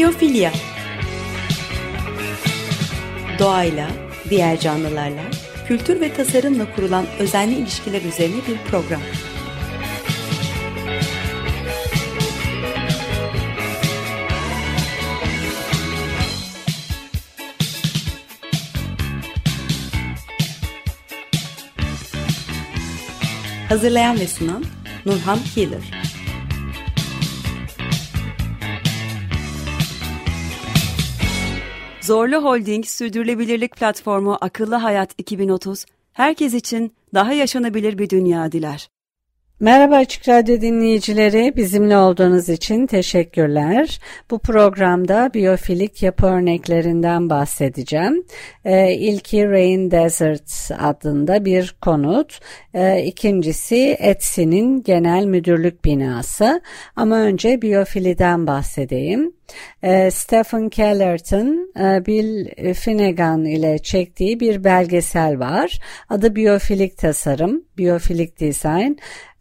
Biyofilya. Doğayla, diğer canlılarla, kültür ve tasarımla kurulan özenli ilişkiler üzerine bir program. Hazırlayan ve sunan Nurhan Healer. Zorlu Holding Sürdürülebilirlik Platformu Akıllı Hayat 2030, herkes için daha yaşanabilir bir dünya diler. Merhaba Açık Radyo dinleyicileri, bizimle olduğunuz için teşekkürler. Bu programda biyofilik yapı örneklerinden bahsedeceğim. İlki Rain Desert adında bir konut. İkincisi Etsy'nin genel müdürlük binası. Ama önce biyofiliden bahsedeyim. Stephen Kellerton, Bill Finnegan ile çektiği bir belgesel var. Adı Biyofilik Tasarım, Biyofilik Design.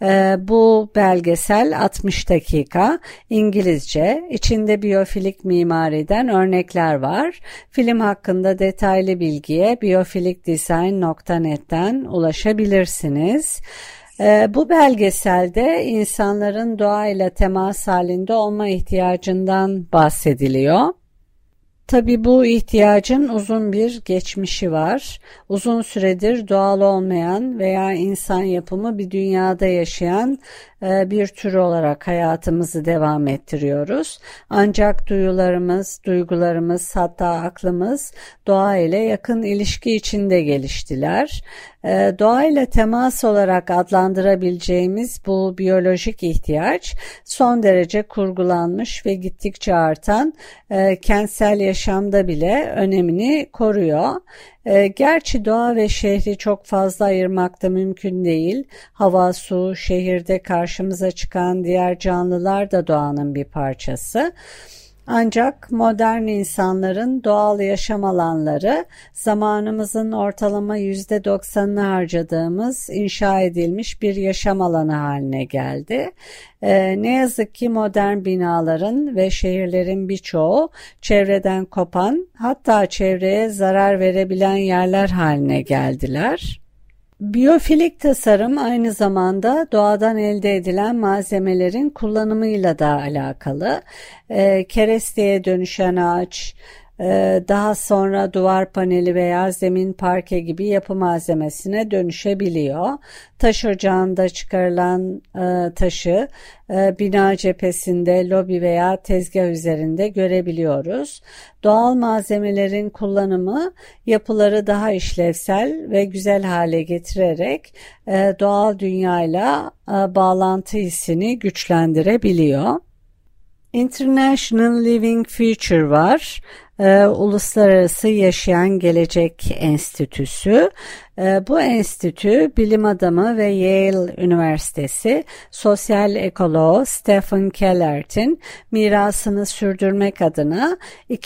Bu belgesel 60 dakika, İngilizce, içinde biyofilik mimariden örnekler var. Film hakkında detaylı bilgiye biyofilikdesign.net'ten ulaşabilirsiniz. Bu belgeselde insanların doğayla temas halinde olma ihtiyacından bahsediliyor. Tabii bu ihtiyacın uzun bir geçmişi var. Uzun süredir doğal olmayan veya insan yapımı bir dünyada yaşayan bir tür olarak hayatımızı devam ettiriyoruz. Ancak duygularımız, hatta aklımız doğa ile yakın ilişki içinde geliştiler. Doğayla temas olarak adlandırabileceğimiz bu biyolojik ihtiyaç son derece kurgulanmış ve gittikçe artan kentsel yaşamda bile önemini koruyor. Gerçi doğa ve şehri çok fazla ayırmak da mümkün değil. Hava, su, şehirde karşımıza çıkan diğer canlılar da doğanın bir parçası. Ancak modern insanların doğal yaşam alanları zamanımızın ortalama %90'ını harcadığımız inşa edilmiş bir yaşam alanı haline geldi. Ne yazık ki modern binaların ve şehirlerin birçoğu çevreden kopan, hatta çevreye zarar verebilen yerler haline geldiler. Biyofilik tasarım aynı zamanda doğadan elde edilen malzemelerin kullanımıyla da alakalı. Keresteye dönüşen ağaç, daha sonra duvar paneli veya zemin parke gibi yapı malzemesine dönüşebiliyor. Taş ocağında çıkarılan taşı bina cephesinde, lobi veya tezgah üzerinde görebiliyoruz. Doğal malzemelerin kullanımı yapıları daha işlevsel ve güzel hale getirerek doğal dünyayla bağlantı hissini güçlendirebiliyor. International Living Future var. Uluslararası Yaşayan Gelecek Enstitüsü. Bu enstitü bilim adamı ve Yale Üniversitesi sosyal ekoloğu Stephen Kellerton mirasını sürdürmek adına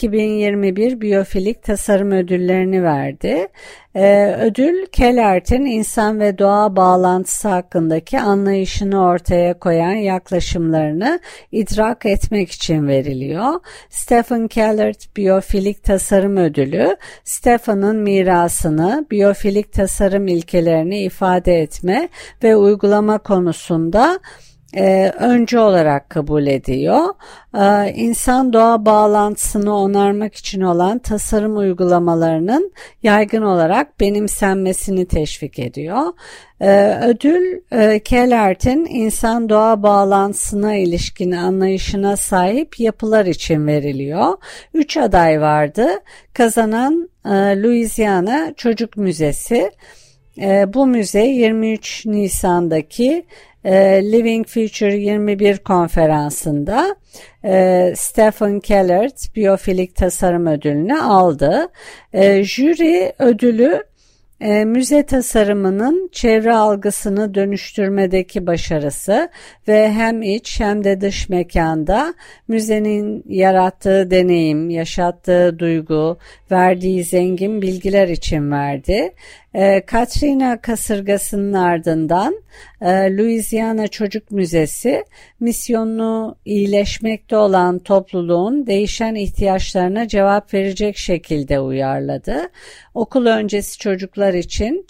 2021 Biyofilik Tasarım Ödüllerini verdi. Ödül Kellerton insan ve doğa bağlantısı hakkındaki anlayışını ortaya koyan yaklaşımlarını idrak etmek için veriliyor. Stephen Kellerton Biyofilik Tasarım Ödülü, Stephen'ın mirasını, biyofilik tasarım ilkelerini ifade etme ve uygulama konusunda öncü olarak kabul ediyor. İnsan doğa bağlantısını onarmak için olan tasarım uygulamalarının yaygın olarak benimsenmesini teşvik ediyor. Ödül Kellerton insan doğa bağlantısına ilişkin anlayışına sahip yapılar için veriliyor. 3 aday vardı. Kazanan Louisiana Çocuk Müzesi. Bu müze 23 Nisan'daki Living Future 21 konferansında Stephen Kellerton Biyofilik Tasarım Ödülünü aldı. Jüri ödülü müze tasarımının çevre algısını dönüştürmedeki başarısı ve hem iç hem de dış mekanda müzenin yarattığı deneyim, yaşattığı duygu, verdiği zengin bilgiler için verdi. Katrina kasırgasının ardından Louisiana Çocuk Müzesi misyonunu iyileşmekte olan topluluğun değişen ihtiyaçlarına cevap verecek şekilde uyarladı. Okul öncesi çocuklar için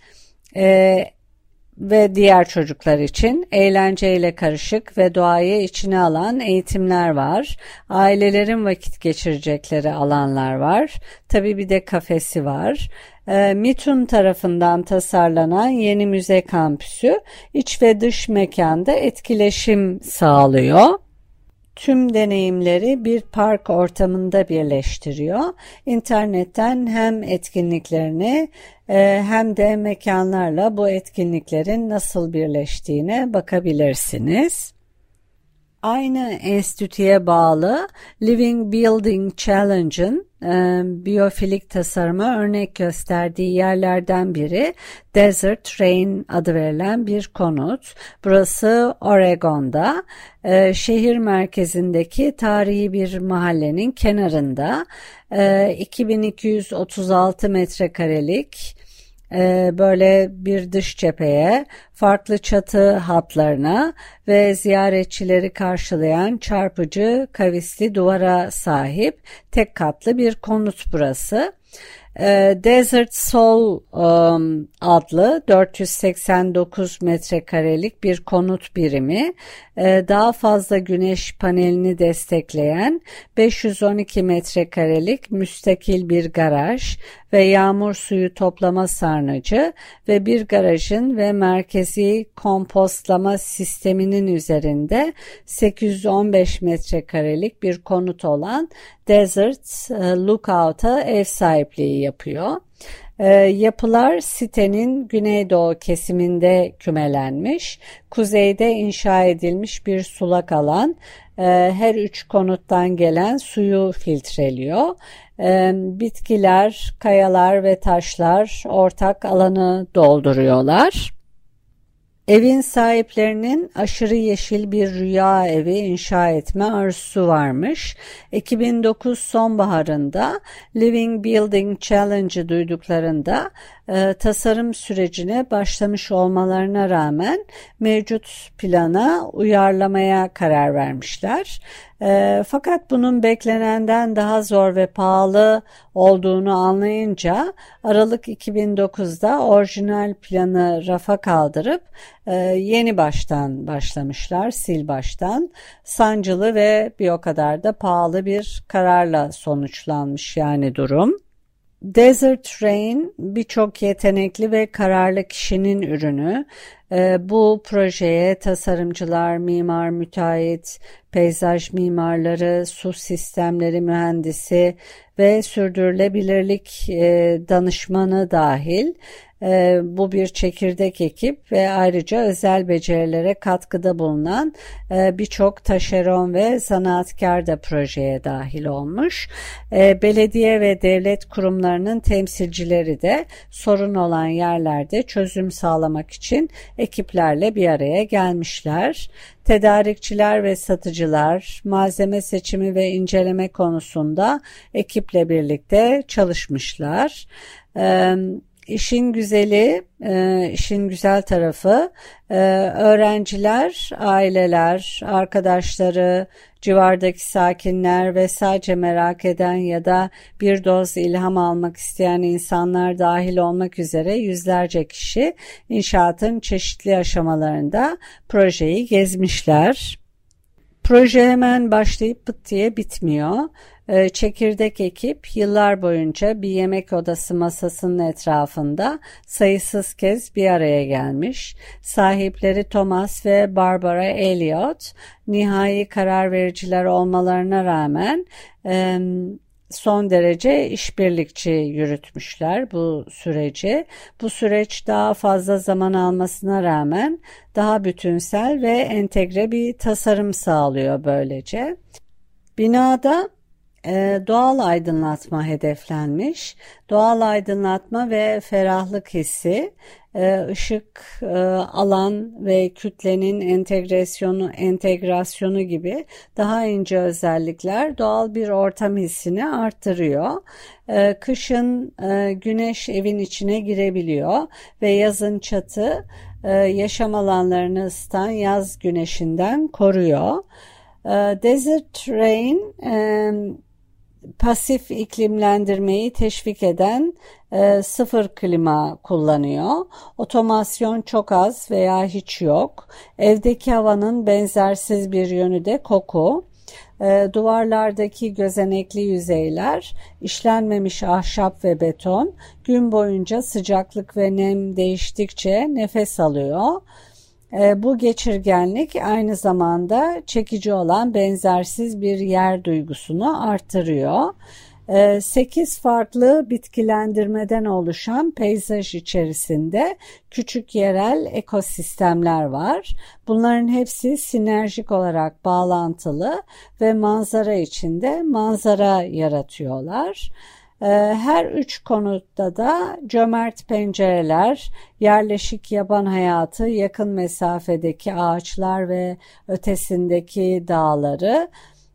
ve diğer çocuklar için eğlenceyle karışık ve doğayı içine alan eğitimler var. Ailelerin vakit geçirecekleri alanlar var. Tabii bir de kafesi var. MİTUN tarafından tasarlanan yeni müze kampüsü iç ve dış mekanda etkileşim sağlıyor. Tüm deneyimleri bir park ortamında birleştiriyor. İnternetten hem etkinliklerini hem de mekanlarla bu etkinliklerin nasıl birleştiğine bakabilirsiniz. Aynı enstitüye bağlı Living Building Challenge'ın biyofilik tasarıma örnek gösterdiği yerlerden biri Desert Rain adı verilen bir konut. Burası Oregon'da, şehir merkezindeki tarihi bir mahallenin kenarında 2236 metrekarelik böyle bir dış cepheye, farklı çatı hatlarına ve ziyaretçileri karşılayan çarpıcı kavisli duvara sahip tek katlı bir konut burası. Desert Soul adlı 489 metrekarelik bir konut birimi, daha fazla güneş panelini destekleyen 512 metrekarelik müstakil bir garaj ve yağmur suyu toplama sarnıcı ve bir garajın ve merkezi kompostlama sisteminin üzerinde 815 metrekarelik bir konut olan Desert Lookout'a ev sahipliği yapıyor. Yapılar sitenin güneydoğu kesiminde kümelenmiş, kuzeyde inşa edilmiş bir sulak alan her üç konuttan gelen suyu filtreliyor. Bitkiler, kayalar ve taşlar ortak alanı dolduruyorlar. Evin sahiplerinin aşırı yeşil bir rüya evi inşa etme arzusu varmış. 2009 sonbaharında Living Building Challenge'ı duyduklarında tasarım sürecine başlamış olmalarına rağmen mevcut plana uyarlamaya karar vermişler. Fakat bunun beklenenden daha zor ve pahalı olduğunu anlayınca Aralık 2009'da orijinal planı rafa kaldırıp yeni baştan başlamışlar, sil baştan. Sancılı ve bir o kadar da pahalı bir kararla sonuçlanmış yani durum. Desert Rain birçok yetenekli ve kararlı kişinin ürünü. Bu projeye tasarımcılar, mimar, müteahhit, peyzaj mimarları, su sistemleri mühendisi ve sürdürülebilirlik danışmanı dahil bu bir çekirdek ekip ve ayrıca özel becerilere katkıda bulunan birçok taşeron ve zanaatkar da projeye dahil olmuş. Belediye ve devlet kurumlarının temsilcileri de sorun olan yerlerde çözüm sağlamak için ekiplerle bir araya gelmişler. Tedarikçiler ve satıcılar malzeme seçimi ve inceleme konusunda ekiple birlikte çalışmışlar. İşin güzeli, işin güzel tarafı öğrenciler, aileler, arkadaşları, civardaki sakinler ve sadece merak eden ya da bir doz ilham almak isteyen insanlar dahil olmak üzere yüzlerce kişi inşaatın çeşitli aşamalarında projeyi gezmişler. Proje hemen başlayıp pıt diye bitmiyor. Çekirdek ekip yıllar boyunca bir yemek odası masasının etrafında sayısız kez bir araya gelmiş. Sahipleri Thomas ve Barbara Elliott nihai karar vericiler olmalarına rağmen son derece işbirlikçi yürütmüşler bu süreci. Bu süreç daha fazla zaman almasına rağmen daha bütünsel ve entegre bir tasarım sağlıyor böylece. Binada doğal aydınlatma hedeflenmiş. Doğal aydınlatma ve ferahlık hissi, ışık, alan ve kütlenin entegrasyonu gibi daha ince özellikler doğal bir ortam hissini arttırıyor. Kışın güneş evin içine girebiliyor ve yazın çatı yaşam alanlarını ısıtan yaz güneşinden koruyor. Desert Rain pasif iklimlendirmeyi teşvik eden sıfır klima kullanıyor. Otomasyon çok az veya hiç yok. Evdeki havanın benzersiz bir yönü de koku. Duvarlardaki gözenekli yüzeyler, işlenmemiş ahşap ve beton gün boyunca sıcaklık ve nem değiştikçe nefes alıyor. Bu geçirgenlik aynı zamanda çekici olan benzersiz bir yer duygusunu artırıyor. 8 farklı bitkilendirmeden oluşan peyzaj içerisinde küçük yerel ekosistemler var. Bunların hepsi sinerjik olarak bağlantılı ve manzara içinde manzara yaratıyorlar. Her 3 konutta da cömert pencereler, yerleşik yaban hayatı, yakın mesafedeki ağaçlar ve ötesindeki dağları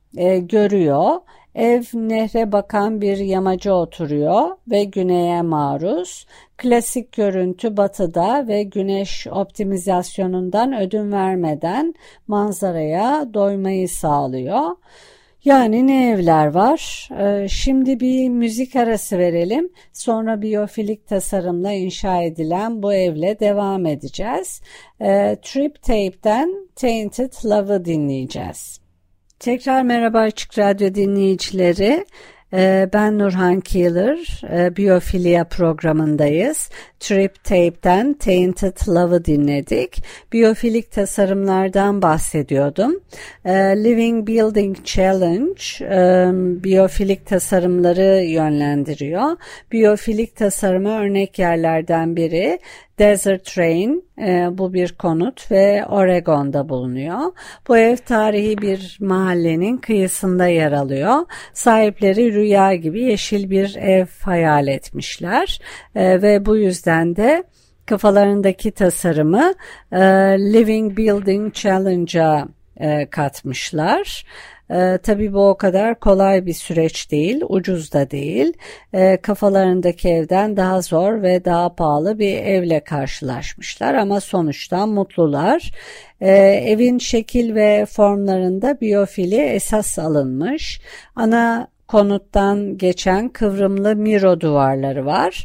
görüyor. Ev nehre bakan bir yamaca oturuyor ve güneye maruz. Klasik görüntü batıda ve güneş optimizasyonundan ödün vermeden manzaraya doymayı sağlıyor. Yani ne evler var? Şimdi bir müzik arası verelim. Sonra biyofilik tasarımla inşa edilen bu evle devam edeceğiz. Trip Tape'den Tainted Love'ı dinleyeceğiz. Tekrar merhaba Açık Radyo dinleyicileri. Ben Nurhan Keeler, Biyofilya programındayız. Trip Tape'den Tainted Love'ı dinledik. Biyofilik tasarımlardan bahsediyordum. Living Building Challenge, biyofilik tasarımları yönlendiriyor. Biyofilik tasarımı örnek yerlerden biri Desert Rain, bu bir konut ve Oregon'da bulunuyor. Bu ev tarihi bir mahallenin kıyısında yer alıyor. Sahipleri rüya gibi yeşil bir ev hayal etmişler ve bu yüzden de kafalarındaki tasarımı Living Building Challenge'a katmışlar. Tabii bu o kadar kolay bir süreç değil, ucuz da değil. Kafalarındaki evden daha zor ve daha pahalı bir evle karşılaşmışlar ama sonuçta mutlular. Evin şekil ve formlarında biyofili esas alınmış. Ana konuttan geçen kıvrımlı miro duvarları var.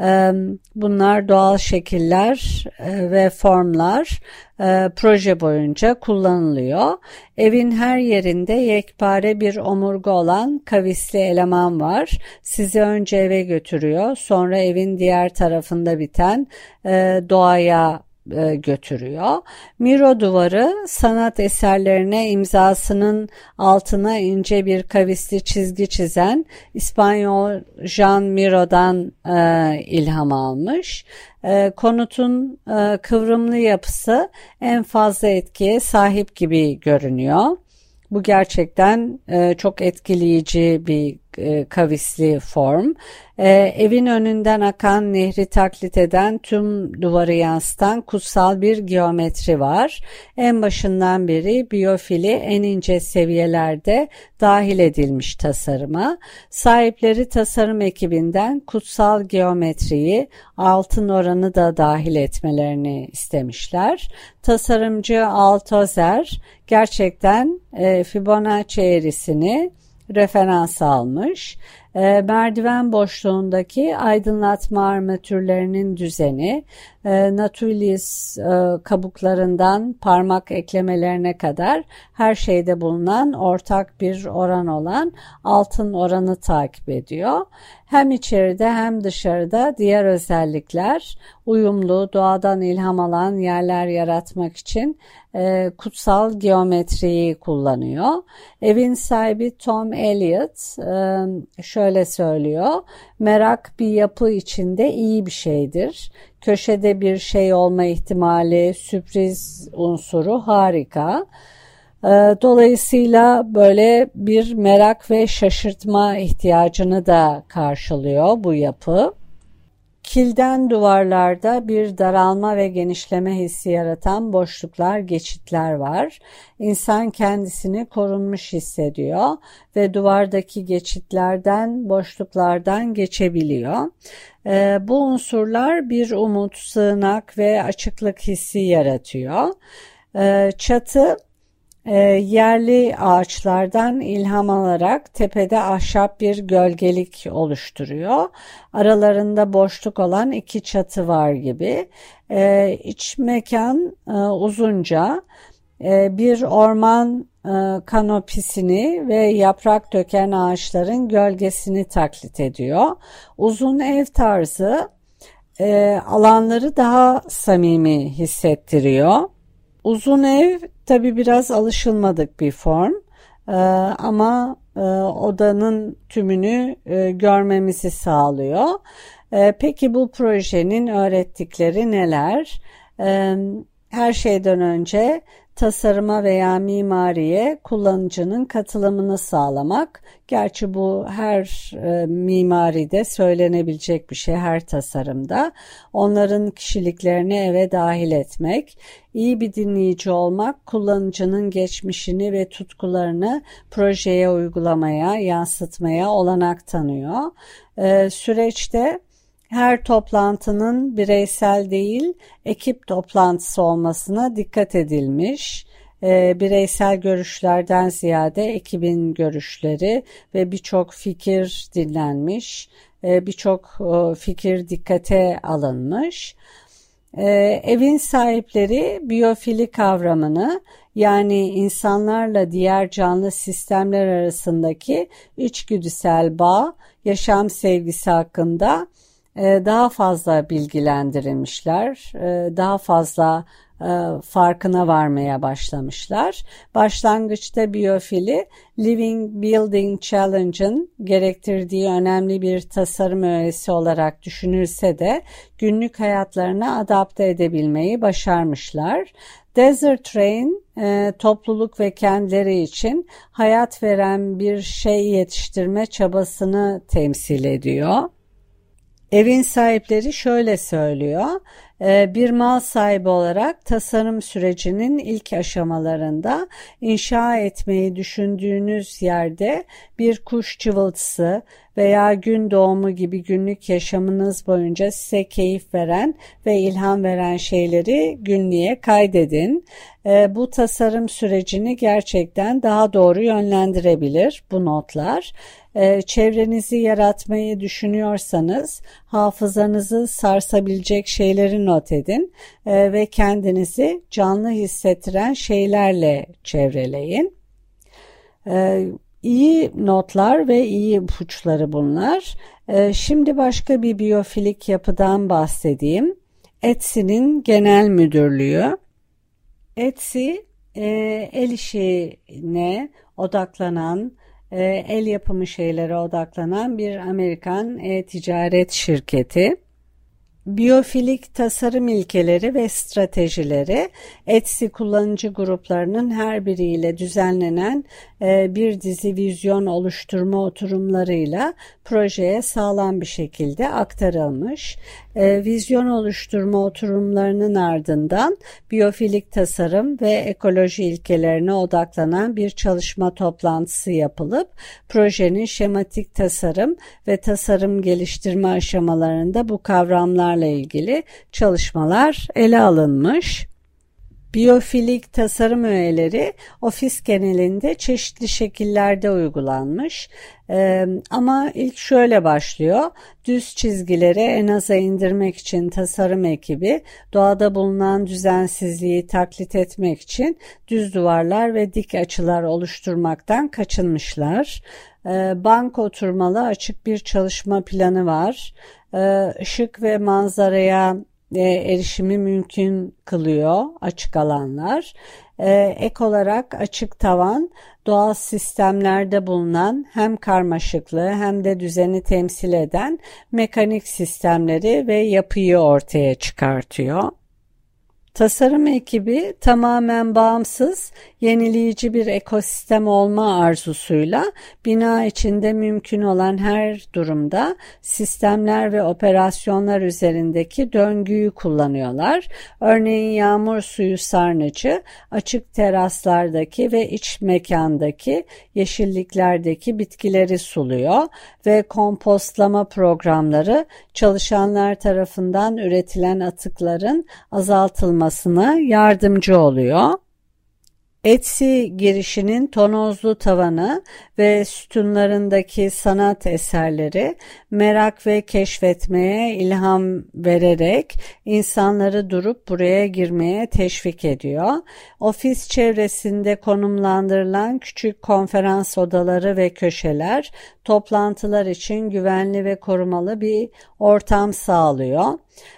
Bunlar doğal şekiller ve formlar proje boyunca kullanılıyor. Evin her yerinde yekpare bir omurga olan kavisli eleman var. Sizi önce eve götürüyor, sonra evin diğer tarafında biten doğaya götürüyor. Miro duvarı sanat eserlerine imzasının altına ince bir kavisli çizgi çizen İspanyol Jean Miro'dan ilham almış. Konutun kıvrımlı yapısı en fazla etkiye sahip gibi görünüyor. Bu gerçekten çok etkileyici bir kavisli form. Evin önünden akan nehri taklit eden, tüm duvarı yansıtan kutsal bir geometri var. En başından beri biyofili en ince seviyelerde dahil edilmiş tasarıma. Sahipleri tasarım ekibinden kutsal geometriyi, altın oranı da dahil etmelerini istemişler. Tasarımcı Althusser gerçekten Fibonacci eğrisini referans almış. Merdiven boşluğundaki aydınlatma armatürlerinin düzeni, Nautilus kabuklarından parmak eklemelerine kadar her şeyde bulunan ortak bir oran olan altın oranı takip ediyor. Hem içeride hem dışarıda diğer özellikler uyumlu, doğadan ilham alan yerler yaratmak için kutsal geometriyi kullanıyor. Evin sahibi Tom Elliott şöyle söylüyor: merak bir yapı içinde iyi bir şeydir. Köşede bir şey olma ihtimali, sürpriz unsuru harika. Dolayısıyla böyle bir merak ve şaşırtma ihtiyacını da karşılıyor bu yapı. Kilden duvarlarda bir daralma ve genişleme hissi yaratan boşluklar, geçitler var. İnsan kendisini korunmuş hissediyor ve duvardaki geçitlerden, boşluklardan geçebiliyor. Bu unsurlar bir umut, sığınak ve açıklık hissi yaratıyor. Çatı yerli ağaçlardan ilham alarak tepede ahşap bir gölgelik oluşturuyor. Aralarında boşluk olan iki çatı var gibi. İç mekan uzunca bir orman kanopisini ve yaprak döken ağaçların gölgesini taklit ediyor. Uzun ev tarzı alanları daha samimi hissettiriyor. Uzun ev tabii biraz alışılmadık bir form ama odanın tümünü görmemizi sağlıyor. Peki bu projenin öğrettikleri neler? Her şeyden önce tasarıma veya mimariye kullanıcının katılımını sağlamak. Gerçi bu her mimaride söylenebilecek bir şey, her tasarımda. Onların kişiliklerini eve dahil etmek, iyi bir dinleyici olmak, kullanıcının geçmişini ve tutkularını projeye uygulamaya, yansıtmaya olanak tanıyor. Süreçte her toplantının bireysel değil, ekip toplantısı olmasına dikkat edilmiş. Bireysel görüşlerden ziyade ekibin görüşleri ve birçok fikir dinlenmiş, birçok fikir dikkate alınmış. Evin sahipleri biyofili kavramını, yani insanlarla diğer canlı sistemler arasındaki içgüdüsel bağ, yaşam sevgisi hakkında daha fazla bilgilendirilmişler, daha fazla farkına varmaya başlamışlar. Başlangıçta biyofili Living Building Challenge'ın gerektirdiği önemli bir tasarım öğesi olarak düşünülse de günlük hayatlarına adapte edebilmeyi başarmışlar. Desert Train topluluk ve kendileri için hayat veren bir şey yetiştirme çabasını temsil ediyor. Evin sahipleri şöyle söylüyor, bir mal sahibi olarak tasarım sürecinin ilk aşamalarında inşa etmeyi düşündüğünüz yerde bir kuş cıvıltısı veya gün doğumu gibi günlük yaşamınız boyunca size keyif veren ve ilham veren şeyleri günlüğe kaydedin. Bu tasarım sürecini gerçekten daha doğru yönlendirebilir bu notlar. Çevrenizi yaratmayı düşünüyorsanız hafızanızı sarsabilecek şeyleri not edin ve kendinizi canlı hissettiren şeylerle çevreleyin. İyi notlar ve iyi ipuçları bunlar. Şimdi başka bir biyofilik yapıdan bahsedeyim. Etsy'nin genel müdürlüğü. Etsy el işine odaklanan, el yapımı şeylere odaklanan bir Amerikan e-ticaret şirketi. Biyofilik tasarım ilkeleri ve stratejileri Etsy kullanıcı gruplarının her biriyle düzenlenen bir dizi vizyon oluşturma oturumlarıyla projeye sağlam bir şekilde aktarılmış. Vizyon oluşturma oturumlarının ardından biyofilik tasarım ve ekoloji ilkelerine odaklanan bir çalışma toplantısı yapılıp projenin şematik tasarım ve tasarım geliştirme aşamalarında bu kavramlarla ilgili çalışmalar ele alınmış. Biyofilik tasarım öğeleri ofis genelinde çeşitli şekillerde uygulanmış. Ama ilk şöyle başlıyor. Düz çizgileri en aza indirmek için tasarım ekibi doğada bulunan düzensizliği taklit etmek için düz duvarlar ve dik açılar oluşturmaktan kaçınmışlar. Bank oturmalı açık bir çalışma planı var. Işık ve manzaraya erişimi mümkün kılıyor açık alanlar. Ek olarak açık tavan doğal sistemlerde bulunan hem karmaşıklığı hem de düzeni temsil eden mekanik sistemleri ve yapıyı ortaya çıkartıyor. Tasarım ekibi tamamen bağımsız, yenileyici bir ekosistem olma arzusuyla bina içinde mümkün olan her durumda sistemler ve operasyonlar üzerindeki döngüyü kullanıyorlar. Örneğin yağmur suyu sarnıcı, açık teraslardaki ve iç mekandaki yeşilliklerdeki bitkileri suluyor ve kompostlama programları çalışanlar tarafından üretilen atıkların azaltılmasına yardımcı oluyor. Etsy girişinin tonozlu tavanı ve sütunlarındaki sanat eserleri merak ve keşfetmeye ilham vererek insanları durup buraya girmeye teşvik ediyor. Ofis çevresinde konumlandırılan küçük konferans odaları ve köşeler toplantılar için güvenli ve korumalı bir ortam sağlıyor.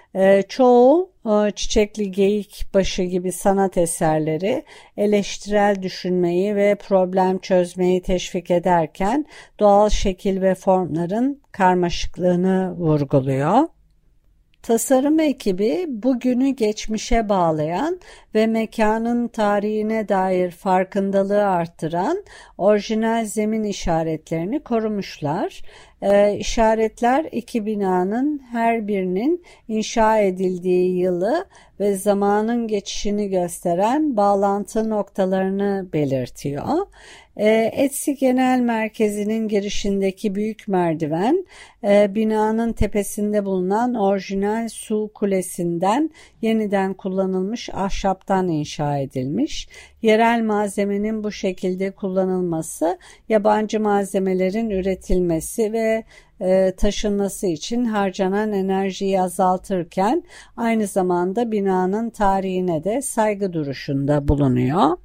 Çoğu çiçekli geyik başı gibi sanat eserleri eleştirel düşünmeyi ve problem çözmeyi teşvik ederken doğal şekil ve formların karmaşıklığını vurguluyor. Tasarım ekibi bugünü geçmişe bağlayan ve mekanın tarihine dair farkındalığı arttıran orijinal zemin işaretlerini korumuşlar. İşaretler iki binanın her birinin inşa edildiği yılı ve zamanın geçişini gösteren bağlantı noktalarını belirtiyor. Etsy Genel Merkezi'nin girişindeki büyük merdiven, binanın tepesinde bulunan orijinal su kulesinden yeniden kullanılmış ahşaptan inşa edilmiş. Yerel malzemenin bu şekilde kullanılması, yabancı malzemelerin üretilmesi ve taşınması için harcanan enerjiyi azaltırken aynı zamanda binanın tarihine de saygı duruşunda bulunuyor.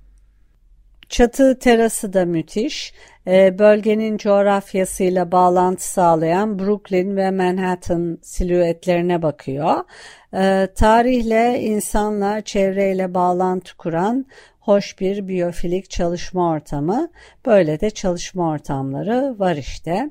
Çatı terası da müthiş. Bölgenin coğrafyasıyla bağlantı sağlayan Brooklyn ve Manhattan silüetlerine bakıyor. Tarihle, insanla, çevreyle bağlantı kuran hoş bir biyofilik çalışma ortamı. Böyle de çalışma ortamları var işte.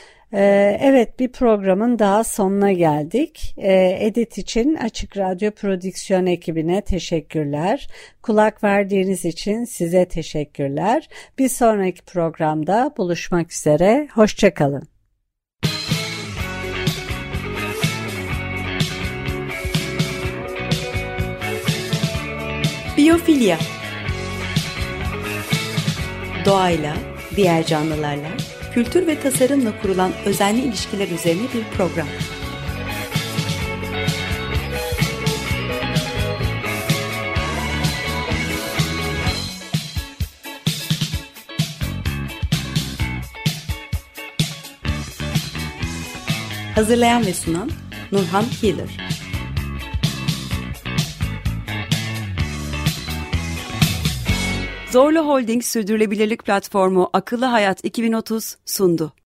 Evet, bir programın daha sonuna geldik. Edit için Açık Radyo Prodüksiyon ekibine teşekkürler. Kulak verdiğiniz için size teşekkürler. Bir sonraki programda buluşmak üzere. Hoşça kalın. Biyofilya. Doğayla, diğer canlılarla, kültür ve tasarımla kurulan özenli ilişkiler üzerine bir program. Hazırlayan ve sunan Nurhan Healer. Zorlu Holding Sürdürülebilirlik Platformu Akıllı Hayat 2030 sundu.